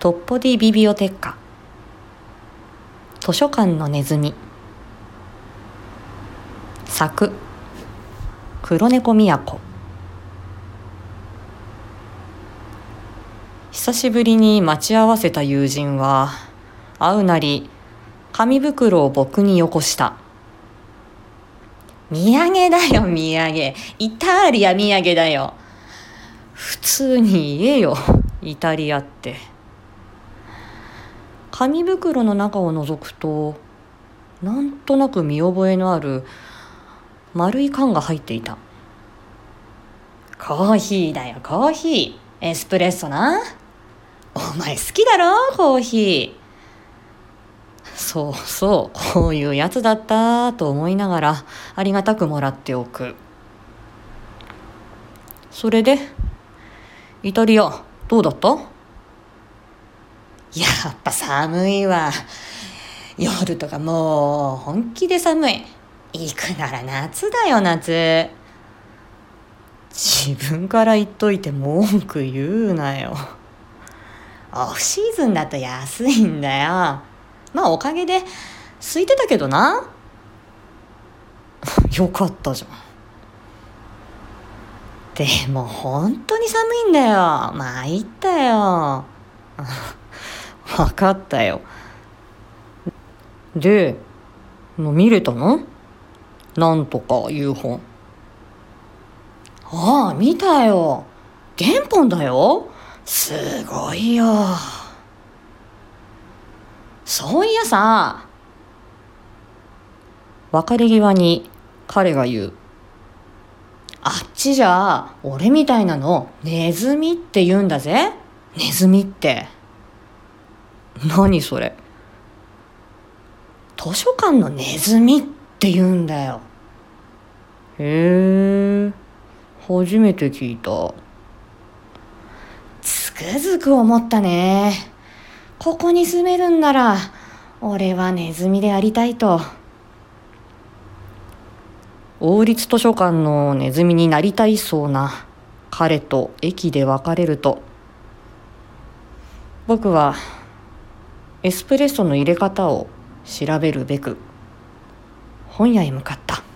トッポディビビオテッカ、図書館のネズミ。作、黒猫都。久しぶりに待ち合わせた友人は会うなり紙袋を僕によこした。土産だよ、土産。イタリア土産だよ。普通に言えよ、イタリアって。紙袋の中を覗くと、なんとなく見覚えのある丸い缶が入っていた。コーヒーだよ、コーヒー。エスプレッソな。お前好きだろ、コーヒー。そうそう、こういうやつだったと思いながらありがたくもらっておく。それでイタリアどうだった？やっぱ寒いわ。夜とかもう本気で寒い。行くなら夏だよ、夏。自分から言っといて文句言うなよ。オフシーズンだと安いんだよ。まあおかげで空いてたけどな。よかったじゃん。でも本当に寒いんだよ。参ったよ。分かったよ。で、見れたの？なんとかいう本。ああ、見たよ。原本だよ。すごいよ。そういやさ、別れ際に彼が言う。あっちじゃ俺みたいなのネズミって言うんだぜ。ネズミって。何それ？図書館のネズミって言うんだよ。へえ、初めて聞いた。つくづく思ったね。ここに住めるんなら俺はネズミでありたいと。王立図書館のネズミになりたいそうな彼と駅で別れると、僕はエスプレッソの入れ方を調べるべく本屋へ向かった。